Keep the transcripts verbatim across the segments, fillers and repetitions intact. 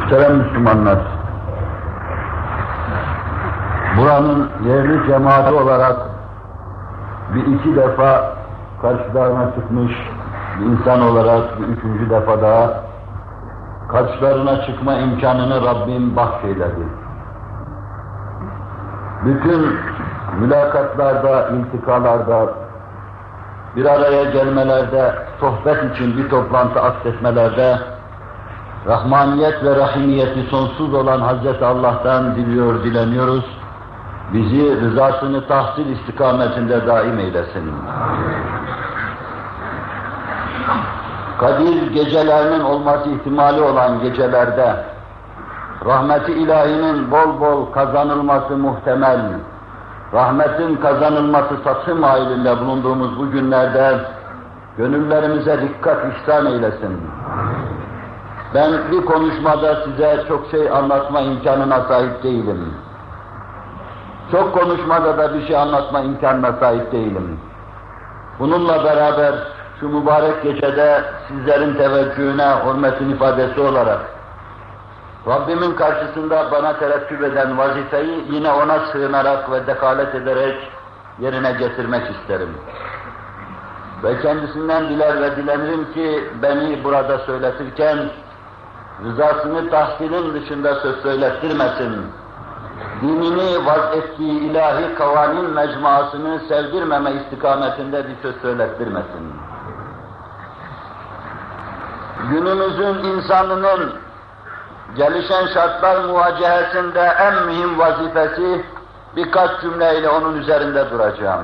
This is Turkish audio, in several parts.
Muhterem Müslümanlar, buranın yerli cemaati olarak bir iki defa karşılarına çıkmış bir insan olarak bir üçüncü defa daha karşılarına çıkma imkanını Rabbim bahşeyledi. Bütün mülakatlarda, iltikalarda, bir araya gelmelerde, sohbet için bir toplantı aksetmelerde, rahmaniyet ve rahimiyeti sonsuz olan Hazreti Allah'tan diliyor, dileniyoruz. Bizi rızasını tahsil istikametinde daim eylesin. Kadir gecelerinin olması ihtimali olan gecelerde, rahmeti ilahinin bol bol kazanılması muhtemel, rahmetin kazanılması satım halinde bulunduğumuz bu günlerde, gönüllerimize dikkat ihsan eylesin. Ben bir konuşmada size çok şey anlatma imkanına sahip değilim. Çok konuşmada da bir şey anlatma imkanına sahip değilim. Bununla beraber şu mübarek gecede sizlerin teveccühüne, hürmetin ifadesi olarak Rabbimin karşısında bana terettüp eden vazifeyi yine ona sığınarak ve dekalet ederek yerine getirmek isterim. Ve kendisinden diler ve dilenirim ki beni burada söyletirken rızasını tahsilin dışında söz söylettirmesin. Dinini vaz ettiği ilahi kavanin mecmuasını sevdirmeme istikametinde bir söz söylettirmesin. Günümüzün insanının gelişen şartlar muvacehesinde en mühim vazifesi birkaç cümleyle onun üzerinde duracağım.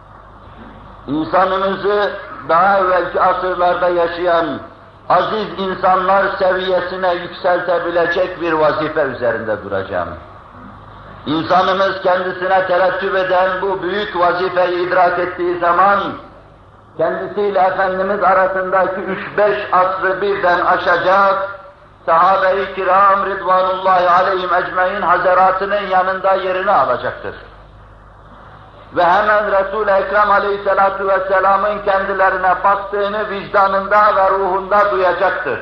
İnsanımızı daha evvelki asırlarda yaşayan aziz insanlar seviyesine yükseltebilecek bir vazife üzerinde duracağım. İnsanımız kendisine terettüp eden bu büyük vazifeyi idrak ettiği zaman, kendisiyle Efendimiz arasındaki üç beş asrı birden aşacak, sahabe-i kiram Ridvanullahi aleyhim ecmaîn hazaratının yanında yerini alacaktır. Ve hemen Resul-i Ekrem aleyhissalatu vesselamın kendilerine baktığını vicdanında ve ruhunda duyacaktır.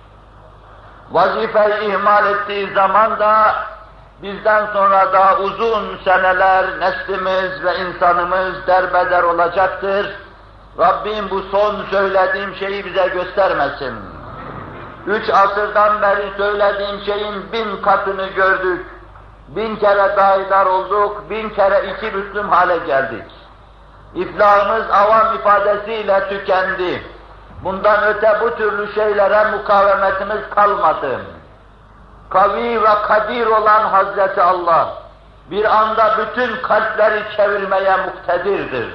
Vazifeyi ihmal ettiği zaman da bizden sonra daha uzun seneler neslimiz ve insanımız derbeder olacaktır. Rabbim bu son söylediğim şeyi bize göstermesin. Üç asırdan beri söylediğim şeyin bin katını gördük. Bin kere daidar olduk, bin kere iki Müslüm hale geldik. İflahımız avam ifadesiyle tükendi. Bundan öte bu türlü şeylere mukavemetimiz kalmadı. Kavi ve kadir olan Hazreti Allah, bir anda bütün kalpleri çevirmeye muktedirdir.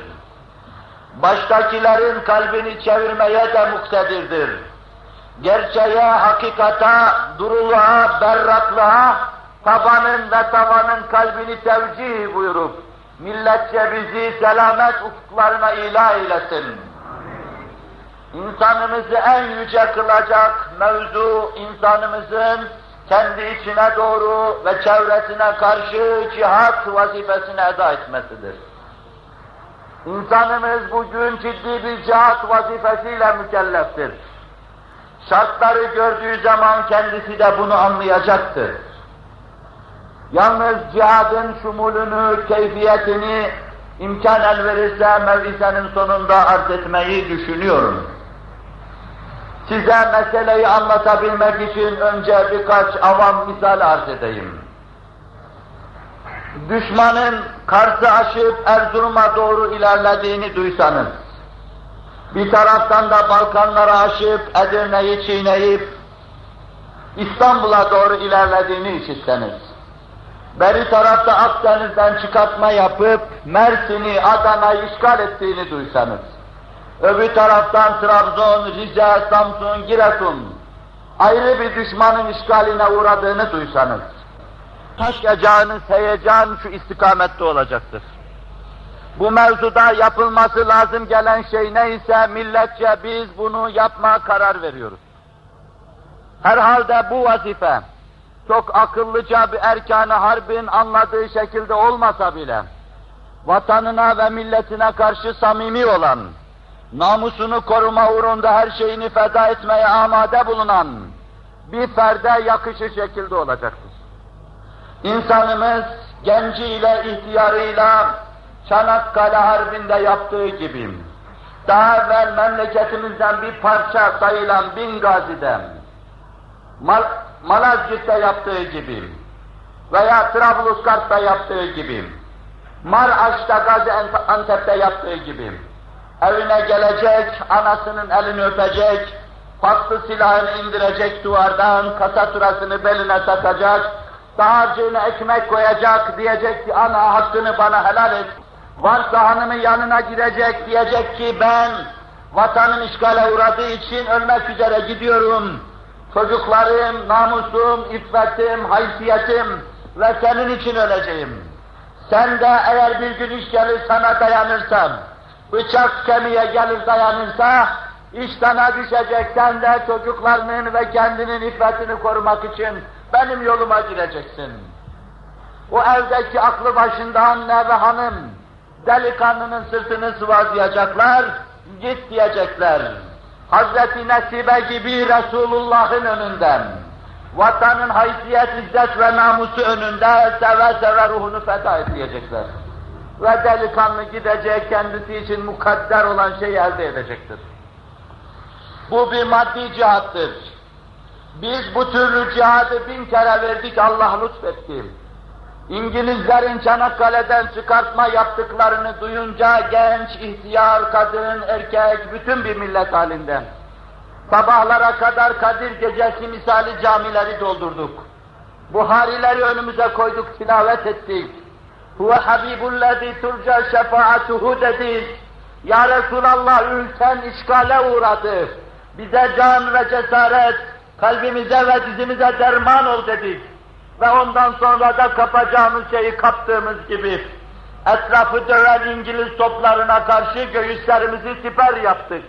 Baştakilerin kalbini çevirmeye de muktedirdir. Gerçeğe, hakikata, duruluğa, berraklığa, tabanın ve tavanın kalbini tevcih buyurup, milletçe bizi selamet ufuklarına ilah eylesin. İnsanımızı en yüce kılacak mevzu, insanımızın kendi içine doğru ve çevresine karşı cihat vazifesini eda etmesidir. İnsanımız bugün ciddi bir cihat vazifesiyle mükelleftir. Şartları gördüğü zaman kendisi de bunu anlayacaktır. Yalnız cihadın şumulünü, keyfiyetini imkan el verirse mev'izenin sonunda arz etmeyi düşünüyorum. Size meseleyi anlatabilmek için önce birkaç avam misal arz edeyim. Düşmanın Kars'ı aşıp Erzurum'a doğru ilerlediğini duysanız, bir taraftan da Balkanları aşıp Edirne'yi çiğneyip İstanbul'a doğru ilerlediğini işitseniz, beri tarafta Akdeniz'den çıkartma yapıp Mersin'i, Adana'yı işgal ettiğini duysanız, öbür taraftan Trabzon, Rize, Samsun, Giresun ayrı bir düşmanın işgaline uğradığını duysanız, taşıyacağınız heyecan şu istikamette olacaktır. Bu mevzuda yapılması lazım gelen şey neyse milletçe biz bunu yapmaya karar veriyoruz. Herhalde bu vazife çok akıllıca bir erkan-ı harbin anladığı şekilde olmasa bile vatanına ve milletine karşı samimi olan, namusunu koruma uğrunda her şeyini feda etmeye amade bulunan, bir ferde yakışır şekilde olacaktır. İnsanımız genciyle, ihtiyarıyla Çanakkale Harbi'nde yaptığı gibi, daha evvel memleketimizden bir parça sayılan Bingazi'de, Mal Malazgirt'te yaptığı gibi veya Trablusgarp'ta yaptığı gibi, Maraş'ta, Gaziantep'te yaptığı gibi, evine gelecek, anasının elini öpecek, paslı silahını indirecek duvardan, kasaturasını beline takacak, dağarcığına ekmek koyacak, diyecek ki ana hakkını bana helal et. Varsa hanımın yanına gidecek, diyecek ki ben vatanım işgale uğradığı için ölmek üzere gidiyorum. Çocuklarım, namusum, iffetim, haysiyetim ve senin için öleceğim. Sen de eğer bir gün iş gelir sana dayanırsan, bıçak kemiğe gelir dayanırsa, iş sana düşecek, sen de çocuklarının ve kendinin iffetini korumak için benim yoluma gireceksin. O evdeki aklı başında anne ve hanım, delikanlının sırtını sıvazlayacaklar, git diyecekler. Hazreti Nesibe gibi Resulullah'ın önünden, vatanın haysiyet, izzet ve namusu önünde seve seve ruhunu feda et diyecekler. Ve delikanlı gidecek, kendisi için mukadder olan şeyi elde edecektir. Bu bir maddi cihattır. Biz bu türlü cihadı bin kere verdik, Allah lütfetti. İngilizlerin Çanakkale'den çıkartma yaptıklarını duyunca genç, ihtiyar, kadın, erkek, bütün bir millet halinden sabahlara kadar Kadir Gecesi misali camileri doldurduk. Buharileri önümüze koyduk, tilavet ettik. Huve habibullezî turca şefaatuhu dedik. Ya Resulallah, ülken işgale uğradı. Bize can ve cesaret, kalbimize ve dizimize derman ol dedik. Ve ondan sonra da kapacağımız şeyi kaptığımız gibi etrafı döven İngiliz toplarına karşı göğüslerimizi siper yaptık.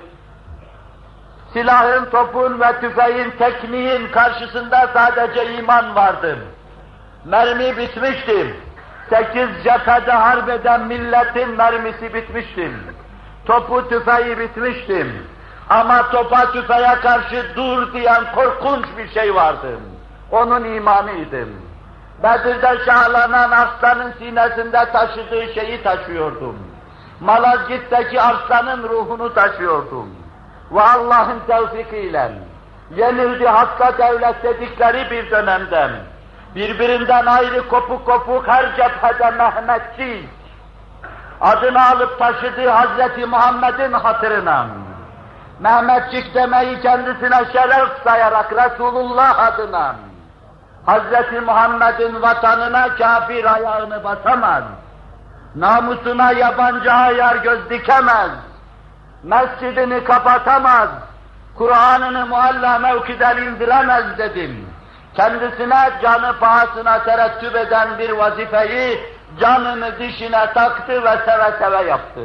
Silahın, topun ve tüfeğin, tekniğin karşısında sadece iman vardı. Mermi bitmişti. Sekiz cephede harbeden milletin mermisi bitmişti. Topu, tüfeği bitmişti. Ama topa, tüfeğe karşı dur diyen korkunç bir şey vardı. Onun imanıydı. Bedir'de şahlanan aslanın sinesinde taşıdığı şeyi taşıyordum. Malazgirt'teki arslanın ruhunu taşıyordum. Ve Allah'ın tevfikiyle yenildi Hakk'a devlet dedikleri bir dönemden, birbirinden ayrı kopuk kopuk her cephede Mehmetçik, adını alıp taşıdığı Hazreti Muhammed'in hatırına, Mehmetçik demeyi kendisine şeref sayarak Resulullah adına, Hazreti Muhammed'in vatanına kafir ayağını basamaz, namusuna yabancı ayar göz dikemez, mescidini kapatamaz, Kur'an'ını mualla mevkiden indiremez dedim. Kendisine canı pahasına terettüp eden bir vazifeyi canını dişine taktı ve seve seve yaptı.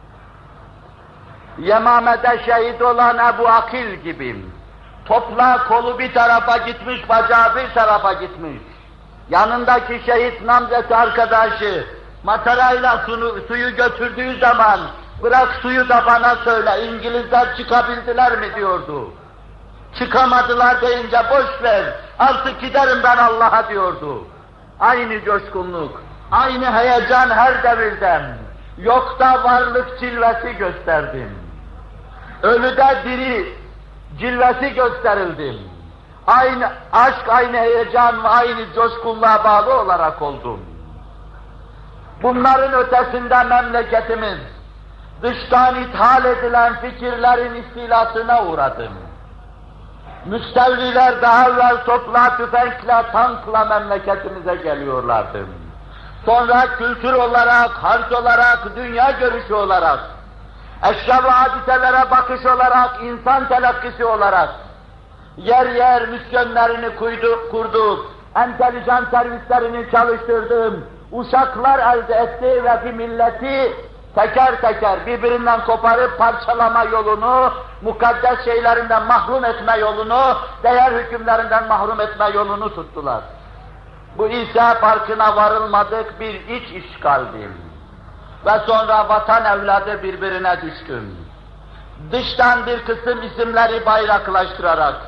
Yemame'de şehit olan Ebu Akil gibi, topla kolu bir tarafa gitmiş, bacağı bir tarafa gitmiş. Yanındaki şehit namzeti arkadaşı, matarayla su, suyu götürdüğü zaman, bırak suyu da bana söyle, İngilizler çıkabildiler mi diyordu. Çıkamadılar deyince boş ver, artık giderim ben Allah'a diyordu. Aynı coşkunluk, aynı heyecan her devirden, yokta varlık cilvesi gösterdim. Ölüde diri cilvesi gösterildim. Aynı aşk, aynı heyecan ve aynı coşkunluğa bağlı olarak oldum. Bunların ötesinde memleketimiz, dıştan ithal edilen fikirlerin istilasına uğradım. Müstevliler daha evvel topla, tüfekle, tankla memleketimize geliyorlardı. Sonra kültür olarak, harç olarak, dünya görüşü olarak, eşya ve hadiselere bakış olarak, insan telakkisi olarak, yer yer misyonlarını kurduk, kurduk, entelijan servislerini çalıştırdım, uşaklar elde etti ve bir milleti teker teker birbirinden koparıp parçalama yolunu, mukaddes şeylerinden mahrum etme yolunu, değer hükümlerinden mahrum etme yolunu tuttular. Bu ise farkına varılmadık bir iç işgaldi. Ve sonra vatan evladı birbirine düştüm. Dıştan bir kısım isimleri bayraklaştırarak,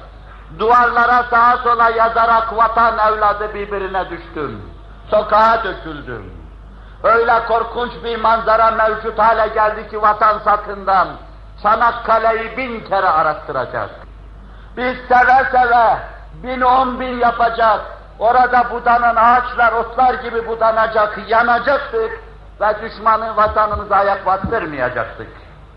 Duvarlara sağa sola yazarak vatan evladı birbirine düştüm. Sokağa döküldüm. Öyle korkunç bir manzara mevcut hale geldi ki vatan satından Çanakkale'yi bin kere arattıracak. Biz seve seve bin on bin yapacak, orada budanan ağaçlar, otlar gibi budanacak, yanacaktık ve düşmanı vatanımıza ayak bastırmayacaktık.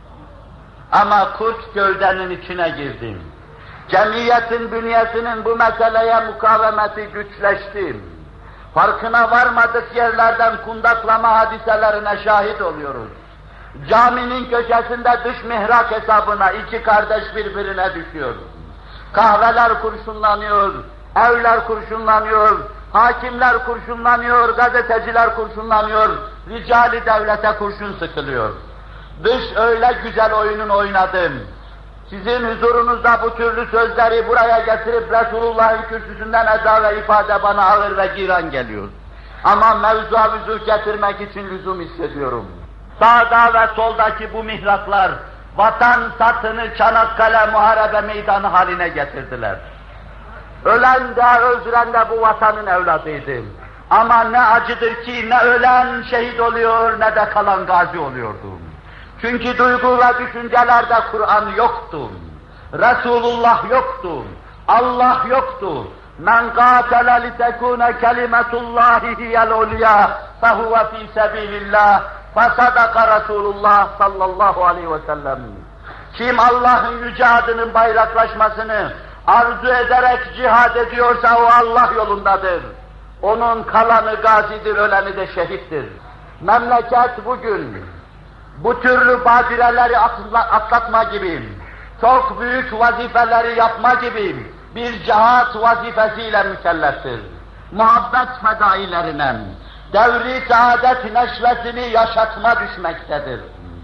Ama kurt gövdenin içine girdim. Cemiyetin bünyesinin bu meseleye mukavemeti güçleşti. Farkına varmadık yerlerden kundaklama hadiselerine şahit oluyoruz. Caminin köşesinde dış mihrak hesabına iki kardeş birbirine düşüyor. Kahveler kurşunlanıyor, evler kurşunlanıyor, hakimler kurşunlanıyor, gazeteciler kurşunlanıyor, ricali devlete kurşun sıkılıyor. Dış öyle güzel oyunun oynadım. Sizin huzurunuzda bu türlü sözleri buraya getirip Resulullah'ın kürsüsünden eda ve ifade bana ağır ve giran geliyor. Ama mevzuya vüzuh getirmek için lüzum hissediyorum. Sağda ve soldaki bu mihraklar, vatan satını Çanakkale Muharebe Meydanı haline getirdiler. Ölen de öldüren de bu vatanın evladıydı. Ama ne acıdır ki ne ölen şehit oluyor ne de kalan gazi oluyordu. Çünkü duygu ve düşüncelerde Kur'an yoktu. Resulullah yoktu. Allah yoktu. Men qâtele litekûne kelimetullâhi hiyel ulya fehuve fî sebîlillah fesadaka Resulullah sallallahu aleyhi ve sellem. Kim Allah'ın yüce adının bayraklaşmasını arzu ederek cihad ediyorsa o Allah yolundadır. Onun kalanı gazidir, öleni de şehittir. Memleket bugün bu türlü badireleri atlatma gibi, çok büyük vazifeleri yapma gibi bir cihat vazifesiyle mükelleftir. Muhabbet fedailerine, devri saadet neşvesini yaşatma düşmektedir.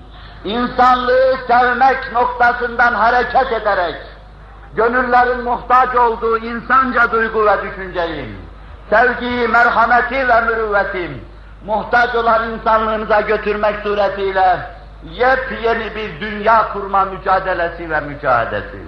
İnsanlığı sevmek noktasından hareket ederek, gönüllerin muhtaç olduğu insanca duygu ve düşünceyi, sevgiyi, merhameti ve mürüvveti, muhtaç olan insanlığımıza götürmek suretiyle yepyeni bir dünya kurma mücadelesi ve mücadelesi.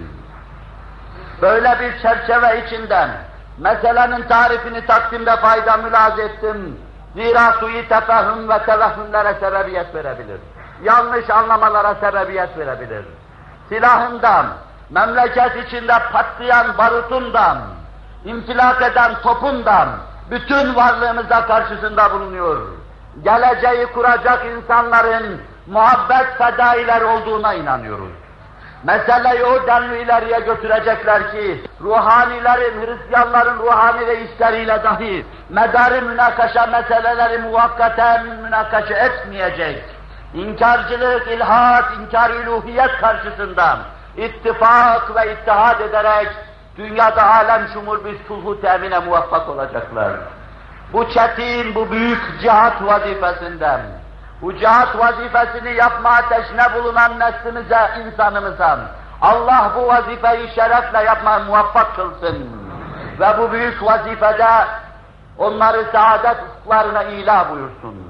Böyle bir çerçeve içinden meselenin tarifini takdimde fayda mülaz ettim. Zira suyu tefahüm ve tevehhümlere sebebiyet verebilir. Yanlış anlamalara sebebiyet verebilir. Silahından, memleket içinde patlayan barutundan, infilak eden topundan, bütün varlığımıza karşısında bulunuyor. Geleceği kuracak insanların muhabbet fedailer olduğuna inanıyoruz. Meseleyi o denli ileriye götürecekler ki, ruhanilerin, Hristiyanların ruhani reisleriyle dahi medarı münakaşa meseleleri muvakkaten münakaşa etmeyecek. İnkarcılık, ilhat, inkar-ülûhiyet karşısında ittifak ve ittihad ederek dünyada alem şumul bir sulhu temine muvaffak olacaklar. Bu çetin, bu büyük cihat vazifesinden, bu cihat vazifesini yapma ateşine bulunan neslimize, insanımıza, Allah bu vazifeyi şerefle yapmaya muvaffak kılsın. Ve bu büyük vazifede onları saadet ufuklarına ila buyursun.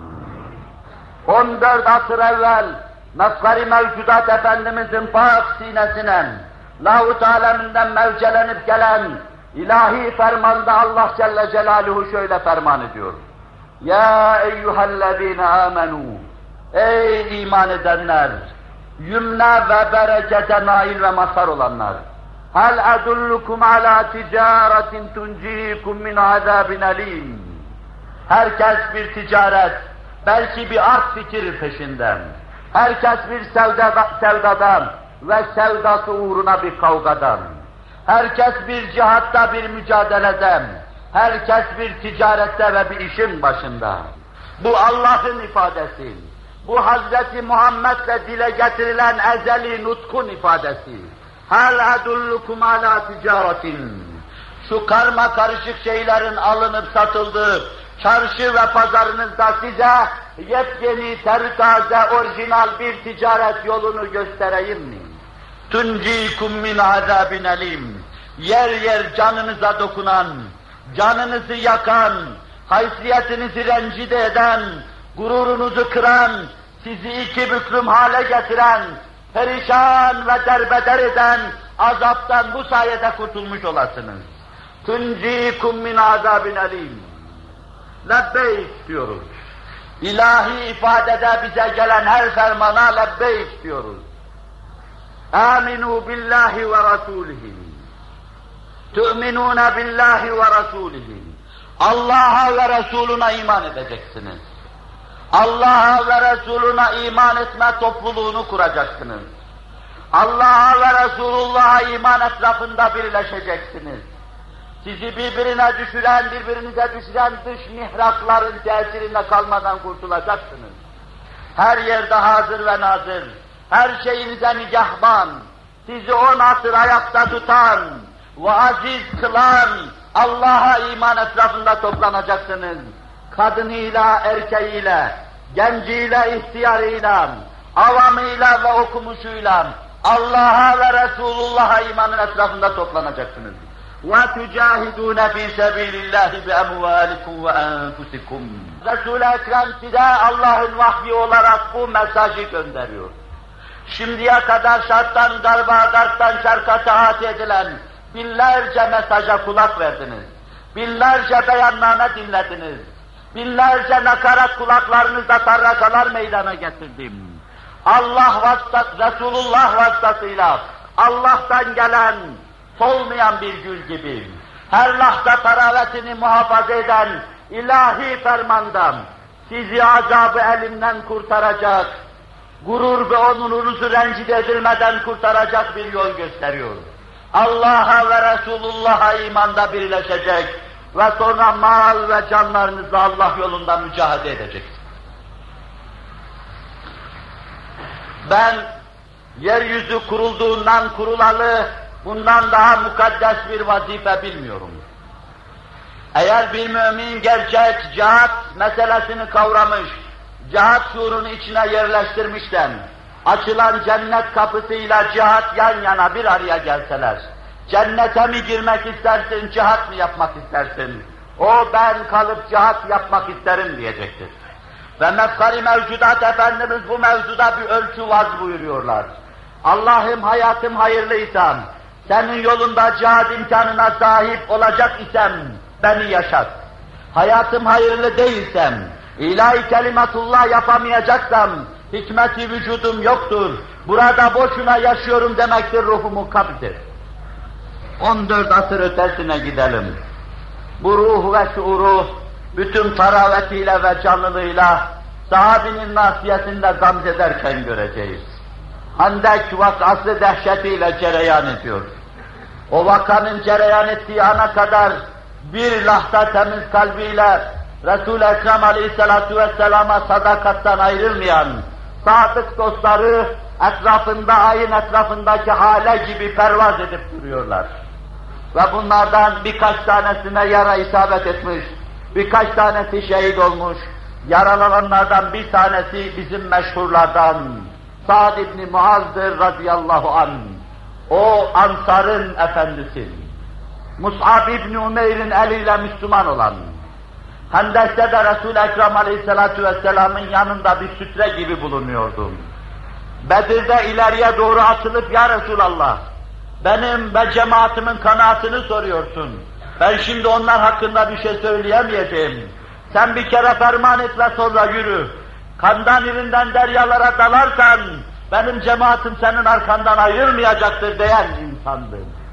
on dört asır evvel, mefkari mevcudat Efendimizin pak sinesine, lahut aleminden mevcelenip gelen ilahi fermanda Allah Celle Celaluhu şöyle ferman ediyor. Ya eyyühellezine amenu, ey iman edenler, yümne ve berekete nail ve mazhar olanlar. Hel edullukum ala ticaretin tuncikum min azabin alim. Herkes bir ticaret, belki bir art fikir peşinden. Herkes bir sevda, sevdadan ve sevdası uğruna bir kavgadan. Herkes bir cihatta, bir mücadeleden. Herkes bir ticarette ve bir işin başında. Bu Allah'ın ifadesi. Bu Hazreti Muhammed'le dile getirilen ezeli nutkun ifadesi. Hel edullukum ala ticaretin. Şu karma karışık şeylerin alınıp satıldığı çarşı ve pazarınızda size yepyeni, tertaze, orijinal bir ticaret yolunu göstereyim mi? Tuncikum min azabin alim. Yer yer canınıza dokunan, canınızı yakan, haysiyetinizi rencide eden, gururunuzu kıran, sizi iki büklüm hale getiren, perişan ve derbeder eden azaptan bu sayede kurtulmuş olasınız. Tuncikum min azabin alim. Lebbeyk diyoruz. İlahi ifadede bize gelen her fermana lebbeyk diyoruz. Aminu billahi ve rasulihi. Tu'minune billahi ve rasulihi. Allah'a ve Resuluna iman edeceksiniz. Allah'a ve Resuluna iman etme topluluğunu kuracaksınız. Allah'a ve Resulullah'a iman etrafında birleşeceksiniz. Sizi birbirine düşüren, birbirinize düşüren dış mihrakların tesirinde kalmadan kurtulacaksınız. Her yerde hazır ve nazır, her şeyinize nigahban, sizi on asır ayakta tutan ve aziz kılan Allah'a iman etrafında toplanacaksınız. Kadınıyla, erkeğiyle, genciyle, ihtiyarıyla, avamıyla ve okumuşuyla Allah'a ve Resulullah'a imanın etrafında toplanacaksınız. وَتُجَاهِدُونَ فِي سَب۪يلِ اللّٰهِ بِأَمْوَالِكُمْ وَاَنْفُسِكُمْ Resul-i Ekrem size Allah'ın vahyi olarak bu mesajı gönderiyor. Şimdiye kadar şarttan garba, garptan şarka taat edilen binlerce mesaja kulak verdiniz. Binlerce beyanname dinlediniz. Binlerce nakarat kulaklarınızda tarrakalar meydana getirdim. Allah vasıtası, Resulullah vasıtasıyla Allah'tan gelen solmayan bir gül gibi, her lahza taravetini muhafaza eden ilahi fermandan sizi azabı elinden kurtaracak, gurur ve onurunuzu rencide edilmeden kurtaracak bir yol gösteriyor. Allah'a ve Resulullah'a imanda birleşecek ve sonra mal ve canlarınızla Allah yolunda mücadele edeceksiniz. Ben yeryüzü kurulduğundan kurulalı, bundan daha mukaddes bir vazife bilmiyorum. Eğer bir mümin gerçek cihat meselesini kavramış, cihat şuurunu içine yerleştirmişten, açılan cennet kapısıyla cihat yan yana bir araya gelseler, cennete mi girmek istersin, cihat mı yapmak istersin? O ben kalıp cihat yapmak isterim diyecektir. Ve mefkar-ı mevcudat Efendimiz bu mevzuda bir ölçü vaz buyuruyorlar. Allah'ım hayatım hayırlıysa, senin yolunda cihad imkanına sahip olacak isem beni yaşat. Hayatım hayırlı değilsem, ilahi kelimatullah yapamayacaksam, hikmet-i vücudum yoktur, burada boşuna yaşıyorum demektir, ruhumu kabdir. on dört asır ötesine gidelim. Bu ruh ve şuuru bütün taravetiyle ve canlılığıyla sahabinin nasiyetinde gamzederken göreceğiz. Hendek vakası dehşetiyle cereyan ediyor. O vakanın cereyan ettiği ana kadar bir lahza temiz kalbiyle Resul-i Ekrem Aleyhisselatü Vesselam'a sadakattan ayrılmayan sadık dostları etrafında, ayın etrafındaki hale gibi pervaz edip duruyorlar. Ve bunlardan birkaç tanesine yara isabet etmiş, birkaç tanesi şehit olmuş, yaralananlardan bir tanesi bizim meşhurlardan Sa'd ibn Muaz'dır radıyallahu anh. O Ansar'ın efendisi, Mus'ab ibn Umeyr'in eliyle Müslüman olan, Hendek'te de Resul-i Ekrem Aleyhisselatü Vesselam'ın yanında bir sütre gibi bulunuyordu. Bedir'de ileriye doğru atılıp, ya Resulallah, benim ve cemaatimin kanaatini soruyorsun. Ben şimdi onlar hakkında bir şey söyleyemeyeceğim. Sen bir kere ferman et ve sonra yürü. Kandan irinden deryalara dalarsan, benim cemaatim senin arkandan ayrılmayacaktır diyen insandı.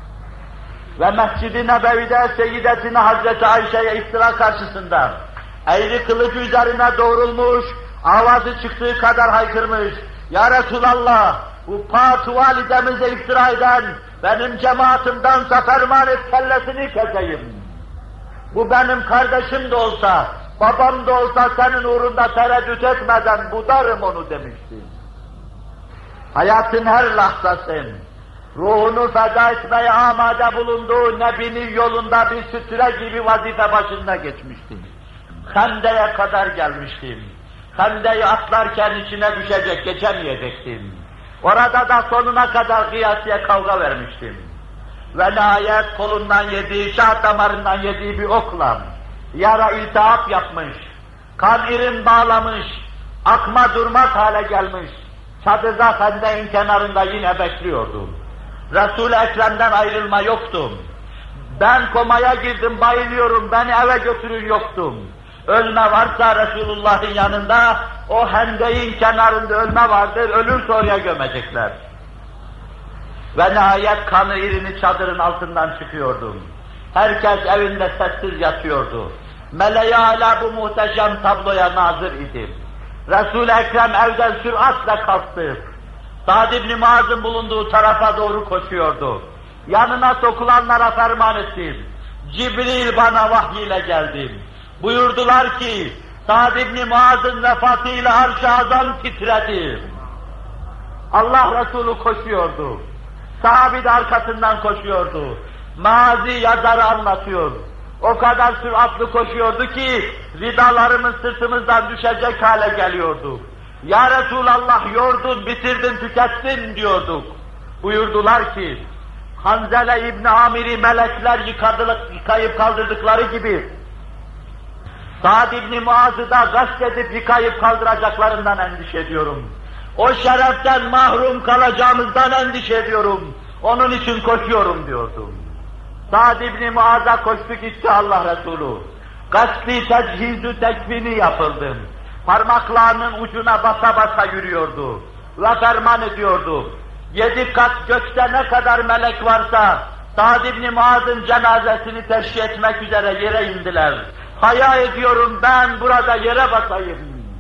Ve Mescid-i Nebevi'de Seyyidetine Hazreti Ayşe'ye iftira karşısında eğri kılıcı üzerine doğrulmuş, avazı çıktığı kadar haykırmış. Ya Resulallah, bu pat validemize iftira eden benim cemaatimdense ferman et, kellesini keseyim. Bu benim kardeşim de olsa, babam da olsa senin uğrunda tereddüt etmeden budarım onu demişti. Hayatın her lahzası, ruhunu feda etmeye amade bulunduğu Nebi'nin yolunda bir sütre gibi vazife başında geçmiştim. Hendek'e kadar gelmiştim. Hendek'i atlarken içine düşecek, geçemeyecektim. Orada da sonuna kadar kıyasıya kavga vermiştim. Ve nihayet kolundan yediği, şah damarından yediği bir okla yara iltihap yapmış, kan irin bağlamış, akma durmaz hale gelmiş. Çadırda Hendek'in kenarında yine bekliyordum. Resul-i Ekrem'den ayrılma yoktum. Ben komaya girdim, bayılıyorum, beni eve götürün yoktum. Ölme varsa Resulullah'ın yanında, o hendeyin kenarında ölme vardır, ölürse oraya gömecekler. Ve nihayet kanı irini çadırın altından çıkıyordum. Herkes evinde sessiz yatıyordu. Mele-i Âlâ bu muhteşem tabloya nazır idi. Resul-i Ekrem evden süratle kalktı. Sa'd ibn Muaz'ın bulunduğu tarafa doğru koşuyordu. Yanına sokulanlara ferman ettim. Cibril bana vahyiyle geldi. Buyurdular ki, Sa'd ibn Muaz'ın vefatıyla arş-ı azam titredi. Allah Resulü koşuyordu. Sahabi de arkasından koşuyordu. Mazi yazarı anlatıyor. O kadar süratli koşuyordu ki, ridalarımız sırtımızdan düşecek hale geliyordu. Ya Resulallah, yordun, bitirdin, tükettin diyorduk. Buyurdular ki, Hanzele İbni Amir'i melekler yıkayıp kaldırdıkları gibi, Sa'd İbni Muaz'ı da gasp edip yıkayıp kaldıracaklarından endişe ediyorum. O şereften mahrum kalacağımızdan endişe ediyorum. Onun için koşuyorum diyordum. Sa'd İbni Muaz'a koştu gitti Allah Resulü. Gasli teczihizü tekvini yapıldı. Parmaklarının ucuna basa basa yürüyordu. Ve ferman ediyordu. Yedi kat gökte ne kadar melek varsa, Sa'd İbni Muaz'ın cenazesini teşhi etmek üzere yere indiler. Haya ediyorum ben burada yere basayım.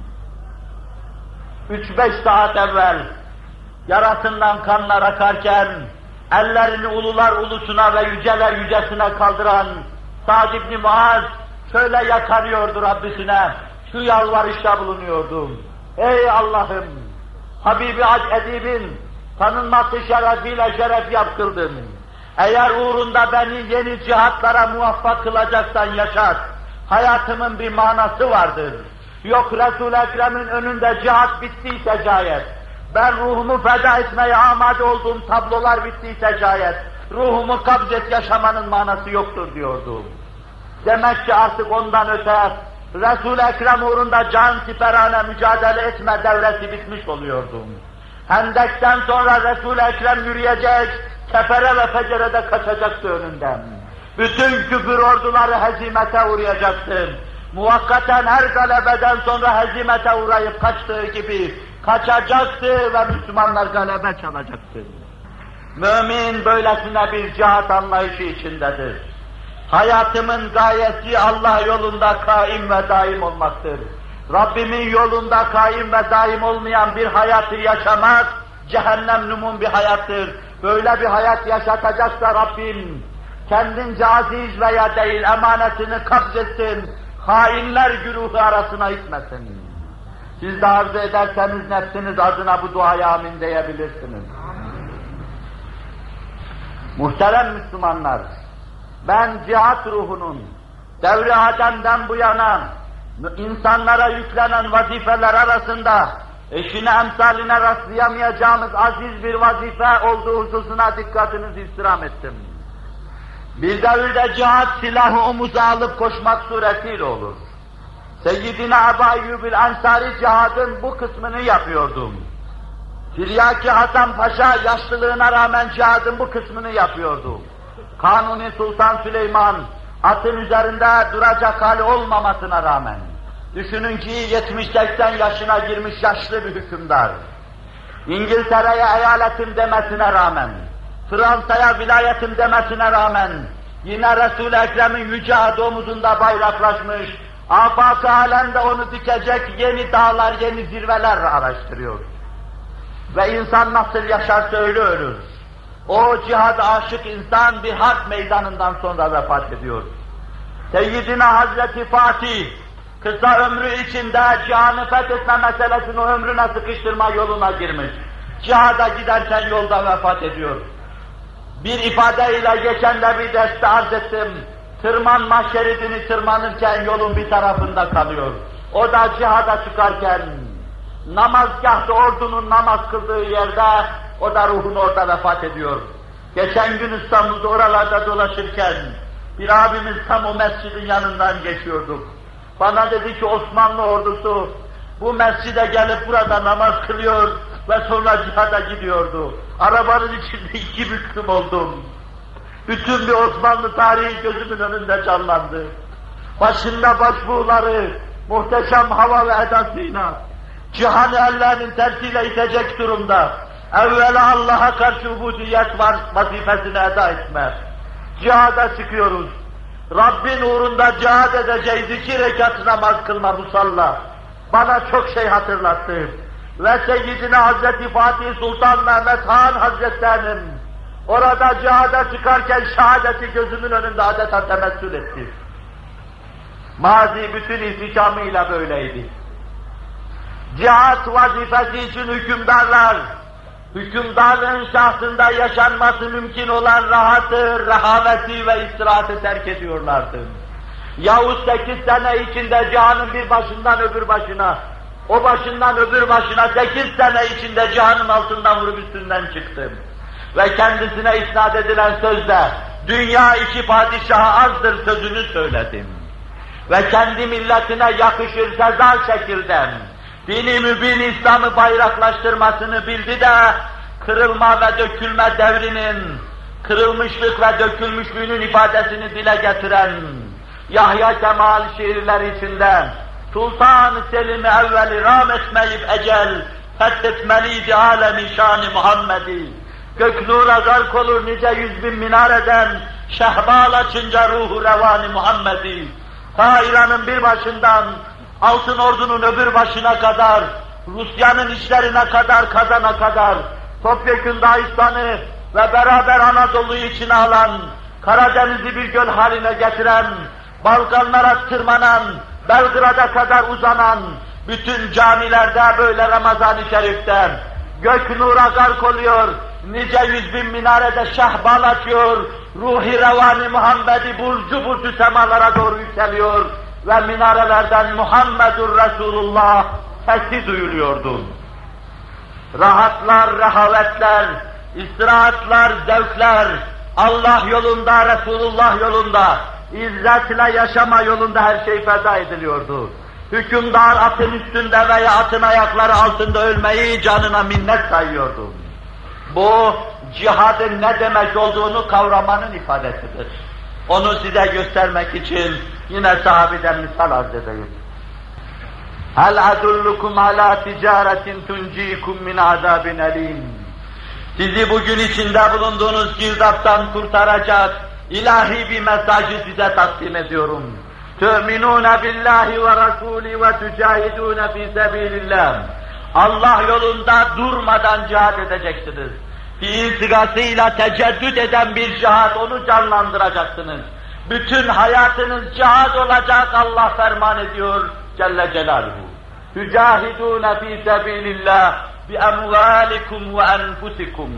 Üç beş saat evvel, yarasından kanlar akarken, ellerini ulular ulusuna ve yüceler yücesine kaldıran Sa'd İbni Muaz şöyle yakarıyordu Rabbisine, şu yalvarışta bulunuyordu. Ey Allah'ım, Habibi Edib'in tanınması şerefiyle şeref yapkıldın. Eğer uğrunda beni yeni cihatlara muvaffak kılacaksan yaşat. Hayatımın bir manası vardır. Yok Resul-i Ekrem'in önünde cihat bittiyse şayet, ben ruhumu feda etmeye amade olduğum tablolar bittiyse şayet, ruhumu kabzet yaşamanın manası yoktur diyordu. Demek ki artık ondan öte, Resul-i Ekrem uğrunda can siperane mücadele etme devresi bitmiş oluyordu. Hendek'ten sonra Resul-i Ekrem yürüyecek, kefere ve fecerede kaçacaktı önünden. Bütün küfür orduları hezimete uğrayacaktı. Muvakkaten her galebeden sonra hezimete uğrayıp kaçtığı gibi kaçacaktı ve Müslümanlar galebe çalacaktı. Mümin böylesine bir cihat anlayışı içindedir. Hayatımın gayesi Allah yolunda kaim ve daim olmaktır. Rabbimin yolunda kaim ve daim olmayan bir hayatı yaşamak, cehennemlumun bir hayattır. Böyle bir hayat yaşatacaksa Rabbim, kendince aziz veya değil emanetini kabzetsin, hainler güruhu arasına itmesin. Siz de arzu ederseniz nefsiniz adına bu duaya amin diyebilirsiniz. Muhterem Müslümanlar, ben cihat ruhunun devri Adem'den bu yana insanlara yüklenen vazifeler arasında eşine emsaline rastlayamayacağımız aziz bir vazife olduğu hususuna dikkatinizi istirham ettim. Bir devirde cihat silahı omuza alıp koşmak suretiyle olur. Seyyidina Ebu Eyyubil Ensari cihadın bu kısmını yapıyordu. Tiryaki Hasan Paşa yaşlılığına rağmen cihadın bu kısmını yapıyordu. Kanuni Sultan Süleyman atın üzerinde duracak hali olmamasına rağmen, düşünün ki yetmiş seksen yaşına girmiş yaşlı bir hükümdar, İngiltere'ye eyaletim demesine rağmen, Fransa'ya vilayetim demesine rağmen, yine Resul-i Ekrem'in yüce adı omuzunda bayraklaşmış, afak-ı alemde onu dikecek yeni dağlar, yeni zirveler araştırıyor. Ve insan nasıl yaşarsa öyle ölür. O cihad aşık insan bir harp meydanından sonra vefat ediyor. Seyyidina Hazreti Fatih, kısa ömrü içinde cihanı fethetme meselesini ömrüne sıkıştırma yoluna girmiş. Cihada giderken yolda vefat ediyor. Bir ifadeyle geçen de bir derste arz ettim. Tırmanma şeridini tırmanırken yolun bir tarafında kalıyor. O da cihada çıkarken, namazgahta ordunun namaz kıldığı yerde, o da ruhunu orada vefat ediyor. Geçen gün İstanbul'da oralarda dolaşırken, bir abimiz tam o mescidin yanından geçiyorduk. Bana dedi ki Osmanlı ordusu bu mescide gelip burada namaz kılıyor, ve sonra cihada gidiyordu. Arabanın içinde iki büklüm oldum. Bütün bir Osmanlı tarihi gözümün önünde canlandı. Başında başbuğları, muhteşem hava ve edasıyla, cihanı ellerinin tersiyle itecek durumda, evvela Allah'a karşı ubudiyet var vazifesini eda etme. Cihada çıkıyoruz. Rabbin uğrunda cihad edeceğiz, iki rekat namaz kılma musalla. Bana çok şey hatırlattı. Ve Seyyidina Hazreti Fatih Sultan Mehmet Han Hazretlerinin orada cihada çıkarken şehadeti gözümün önünde adeta temessül etti. Mazi bütün istikamıyla böyleydi. Cihat vazifesi için hükümdarlar, hükümdarlığın şahsında yaşanması mümkün olan rahatı, rehaveti ve istirahatı terk ediyorlardı. Yahut sekiz sene içinde cihanın bir başından öbür başına, o başından öbür başına sekiz sene içinde cihanın altından vurup üstünden çıktım. Ve kendisine isnat edilen sözle, dünya iki padişaha azdır sözünü söyledim. Ve kendi milletine yakışır sezar şekilde, dini mübin İslam'ı bayraklaştırmasını bildi de, kırılma ve dökülme devrinin, kırılmışlık ve dökülmüşlüğünün ifadesini dile getiren, Yahya Kemal şiirler içinde, Sultan-ı Selim'i evveli ram etmeyip ecel, fethetmeliydi alemi şan-ı Muhammed'i. Gök nura gark olur nice yüz bin minareden, şehbal açınca ruhu revan-ı Muhammed'i. Ta İran'ın bir başından, Altın Ordu'nun öbür başına kadar, Rusya'nın işlerine kadar, Kazan'a kadar, topyekun Dağistan'ı ve beraber Anadolu'yu içine alan, Karadeniz'i bir göl haline getiren, Balkanlara tırmanan, Belgrad'a kadar uzanan, bütün camilerde böyle Ramazan-ı Şerif'te, gök nura gark oluyor, nice yüz bin minarede şehbal açıyor, ruhi revan-ı Muhammed'i burcu burcu semalara doğru yükseliyor ve minarelerden Muhammedur Resulullah sesi duyuluyordu. Rahatlar, rehavetler, istirahatlar, zevkler, Allah yolunda, Resulullah yolunda, izzetle yaşama yolunda her şey feda ediliyordu. Hükümdar atın üstünde veya atın ayakları altında ölmeyi canına minnet sayıyordu. Bu, cihadın ne demek olduğunu kavramanın ifadesidir. Onu size göstermek için yine sahabeden misal arz edeyim. Hel adullukum ala ticaretin tunciikum min azabin elim. Sizi bugün içinde bulunduğunuz girdaptan kurtaracak ilahi bir mesajı size takdim ediyorum. Tü'minûne billahi ve rasûlî ve tücahidûne fî sebîlillâh. Allah yolunda durmadan cihad edeceksiniz. Fiil sigasıyla teceddüt eden bir cihad, onu canlandıracaksınız. Bütün hayatınız cihad olacak, Allah ferman ediyor Celle Celaluhu. Tücahidûne fî sebîlillâh bi emvâlikum ve enfusikum.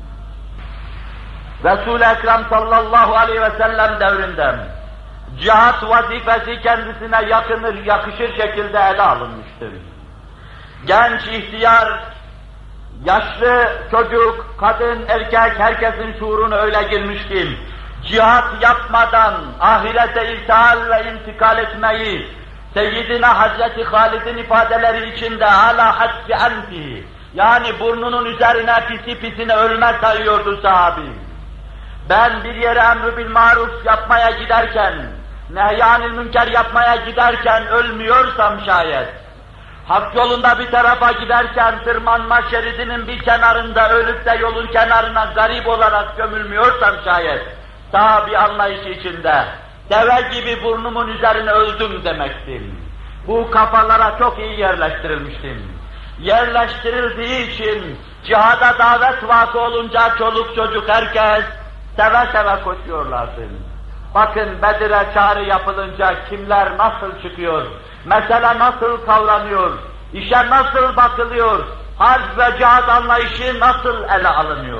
Resul-i Ekrem sallallahu aleyhi ve sellem devrinden cihat vazifesi kendisine yakınır, yakışır şekilde ele alınmıştır. Genç, ihtiyar, yaşlı, çocuk, kadın, erkek, herkesin şuuruna öyle girmiş ki, cihat yapmadan ahirete iltihal ve intikal etmeyi, Seyyidina Hazreti Halid'in ifadeleri içinde ala hasbi enfihi, yani burnunun üzerine pisi pisine ölme sayıyordu sahabi. Ben bir yere emr-i bil maruf yapmaya giderken, nehyanil münker yapmaya giderken ölmüyorsam şayet, hak yolunda bir tarafa giderken tırmanma şeridinin bir kenarında ölüp de yolun kenarına garip olarak gömülmüyorsam şayet, daha bir anlayış içinde, deve gibi burnumun üzerine öldüm demektir. Bu kafalara çok iyi yerleştirilmiştim. Yerleştirildiği için cihada davet vakı olunca çoluk çocuk herkes seve seve koşuyorlardı. Bakın Bedir'e çağrı yapılınca kimler nasıl çıkıyor, mesele nasıl kavranıyor, işe nasıl bakılıyor, harp ve cihad anlayışı nasıl ele alınıyor.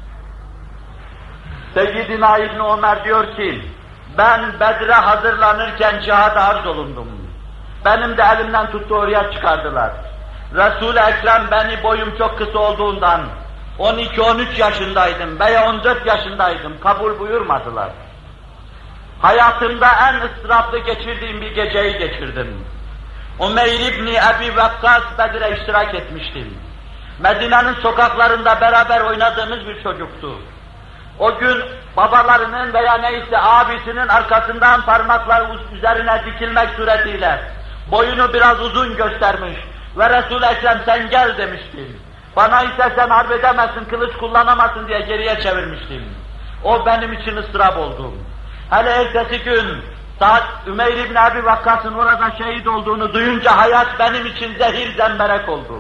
Seyyidina İbn Ömer diyor ki, ben Bedir'e hazırlanırken cihada arz olundum. Benim de elimden tuttu oraya çıkardılar. Resul-i Ekrem beni boyum çok kısa olduğundan on iki on üç yaşındaydım veya on dört yaşındaydım, kabul buyurmadılar. Hayatımda en ıstıraplı geçirdiğim bir geceyi geçirdim. Umeyr İbni Ebi Vakkas Bedir'e iştirak etmiştim. Medine'nin sokaklarında beraber oynadığımız bir çocuktu. O gün babalarının veya neyse abisinin arkasından parmaklar üzerine dikilmek suretiyle boyunu biraz uzun göstermiş ve Resul-i Ekrem sen gel demiştim. Bana ise sen harp edemezsin, kılıç kullanamazsın diye geriye çevirmiştim. O benim için ıstırap oldu. Hele ertesi gün saat Ümeyr İbni Ebi Vakkas'ın orada şehit olduğunu duyunca hayat benim için zehir zemberek oldu.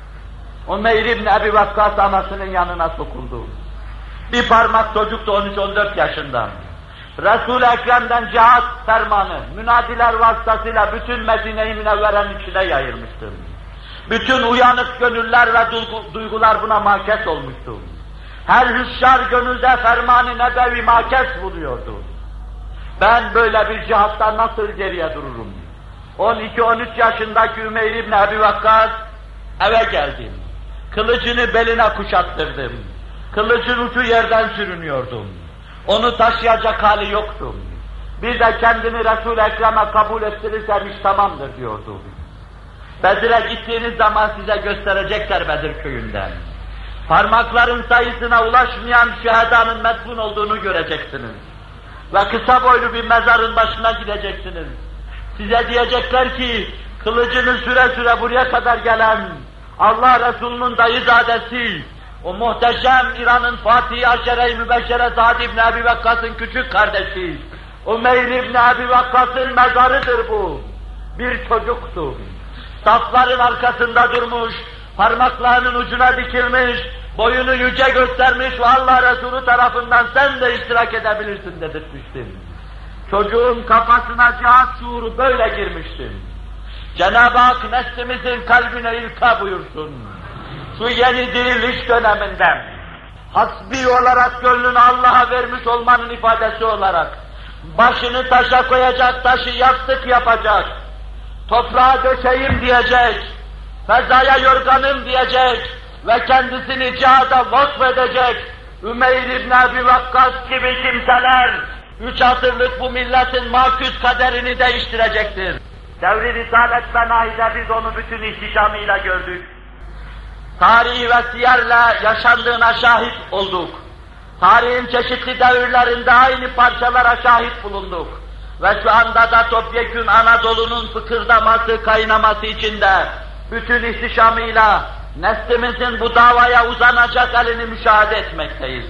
Ümeyr İbni Ebi Vakkas anasının yanına sokuldu. Bir parmak çocuktu on üç on dört yaşında. Resul-i Ekrem'den cihat fermanı, münadiler vasıtasıyla bütün Medine-i Münevvere'nin içine yayılmıştım. Bütün uyanık gönüller ve duygular buna makes olmuştu. Her hüşyar gönülde ferman-ı nebevi makes buluyordu. Ben böyle bir cihatta nasıl geriye dururum? on iki on üç yaşındaki Ümeyr İbni Ebi Vakkas eve geldim. Kılıcını beline kuşattırdım. Kılıcın ucu yerden sürünüyordum. Onu taşıyacak hali yoktu. Bir de kendini Resul-i Ekrem'e kabul ettirirsem iş tamamdır diyordu. Bedir'e gittiğiniz zaman size gösterecekler Bedir köyünden. Parmakların sayısına ulaşmayan şühedanın metfun olduğunu göreceksiniz. Ve kısa boylu bir mezarın başına gideceksiniz. Size diyecekler ki, kılıcını süre süre buraya kadar gelen Allah Resulü'nün dayızadesi, o muhteşem İran'ın Fatih-i Aşere-i Mübeşşere Sa'd İbni Ebi Vakkas'ın küçük kardeşi, Ümeyr İbni Ebi Vakkas'ın mezarıdır bu. Bir çocuktu. Safların arkasında durmuş, parmaklarının ucuna dikilmiş, boyunu yüce göstermiş ve Allah Resulü tarafından sen de iştirak edebilirsin dedirtmiştim. Çocuğun kafasına cihat şuuru böyle girmiştim. Cenab-ı Hak neslimizin kalbine ilka buyursun. Şu yeni diriliş döneminden, hasbi olarak gönlünü Allah'a vermiş olmanın ifadesi olarak, başını taşa koyacak, taşı yastık yapacak, toprağa döşeyim diyecek, fezaya yorganım diyecek ve kendisini cihada vakfedecek Ümeyr İbni Ebi Vakkas gibi kimseler, üç asırlık bu milletin maküs kaderini değiştirecektir. Devri Risalet Benahi'de biz onu bütün ihtişamıyla gördük. Tarihi ve siyerle yaşandığına şahit olduk. Tarihin çeşitli devirlerinde aynı parçalara şahit bulunduk. Ve şu anda da topyekün Anadolu'nun fıkırdaması, kaynaması içinde bütün ihtişamıyla neslimizin bu davaya uzanacak elini müşahede etmekteyiz.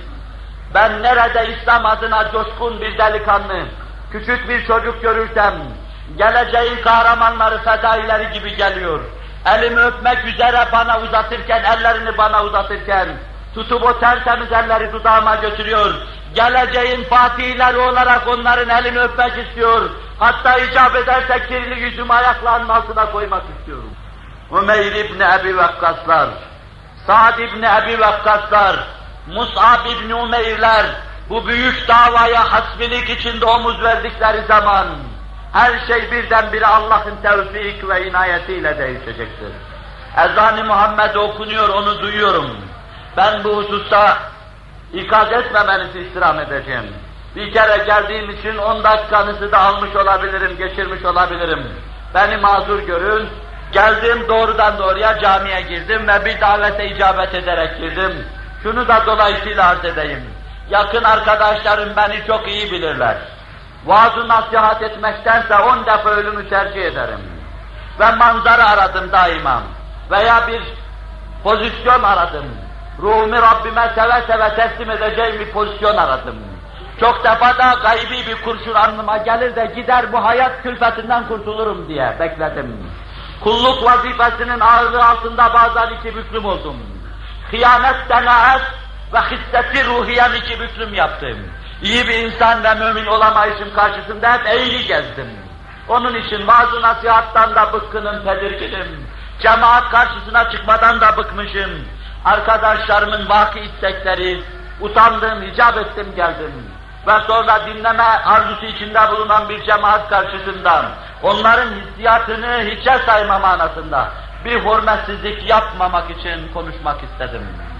Ben nerede İslam adına coşkun bir delikanlı, küçük bir çocuk görürsem, geleceğin kahramanları, fedaileri gibi geliyor. Elimi öpmek üzere bana uzatırken, ellerini bana uzatırken, tutup o tertemiz elleri dudağıma götürüyor. Geleceğin fatihleri olarak onların elini öpmek istiyor. Hatta icap ederse kirli yüzümü ayaklarının altına koymak istiyorum. Ümeyr İbni Ebi Vakkaslar, Sa'd İbni Ebi Vakkaslar, Mus'ab İbni Umeyr'ler, bu büyük davaya hasbilik içinde omuz verdikleri zaman, her şey birdenbire Allah'ın tevfik ve inayetiyle değişecektir. Ezan-ı Muhammed okunuyor, onu duyuyorum. Ben bu hususta ikaz etmemenizi istirham edeceğim. Bir kere geldiğim için on dakikanızı da almış olabilirim, geçirmiş olabilirim. Beni mazur görün. Geldim, doğrudan doğruya camiye girdim ve bir davete icabet ederek girdim. Şunu da dolayısıyla arz edeyim. Yakın arkadaşlarım beni çok iyi bilirler. Vaaz-ı nasihat etmektense on defa ölümü tercih ederim. Ve manzara aradım daima. Veya bir pozisyon aradım. Ruhumu Rabbime seve seve teslim edeceğim bir pozisyon aradım. Çok defa da gaybi bir kurşun alnıma gelir de gider bu hayat külfetinden kurtulurum diye bekledim. Kulluk vazifesinin ağırlığı altında bazen iki büklüm oldum. Hıyanet, denaet ve hisseti ruhiyen iki büklüm yaptım. İyi bir insan ve mümin olamayışım karşısında hep eğri gezdim. Onun için vaaz-ı nasihattan da bıkkınım, tedirginim. Cemaat karşısına çıkmadan da bıkmışım. Arkadaşlarımın vaki istekleri, utandım, icap ettim, geldim. Ve sonra dinleme arzusu içinde bulunan bir cemaat karşısında, onların hissiyatını hiçe sayma manasında bir hürmetsizlik yapmamak için konuşmak istedim.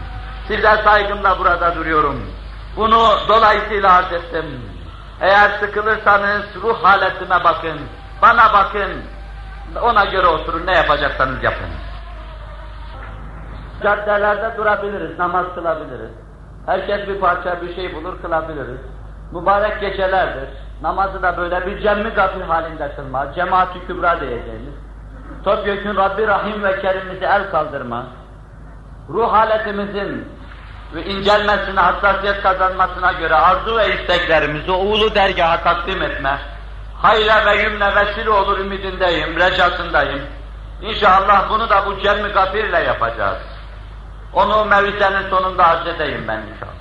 Size saygımla burada duruyorum. Bunu dolayısıyla arz ettim. Eğer sıkılırsanız ruh haletime bakın, bana bakın, ona göre oturun, ne yapacaksanız yapın. caddelerde durabiliriz, namaz kılabiliriz. Herkes bir parça bir şey bulur, kılabiliriz. Mübarek gecelerdir. Namazı da böyle bir cemmi gafil halinde kılma, cemaat-ü kübra diyeceğimiz. Topyekun Rabbi Rahim ve Kerim'imizi el kaldırma, ruh haletimizin ve incelmesine, hassasiyet kazanmasına göre arzu ve isteklerimizi o ulu dergaha takdim etme, hayra ve yümne vesile olur ümidindeyim, recasındayım. İnşallah bunu da bu cemmi gafirle yapacağız. Onu mevizenin sonunda arz edeyim ben inşallah.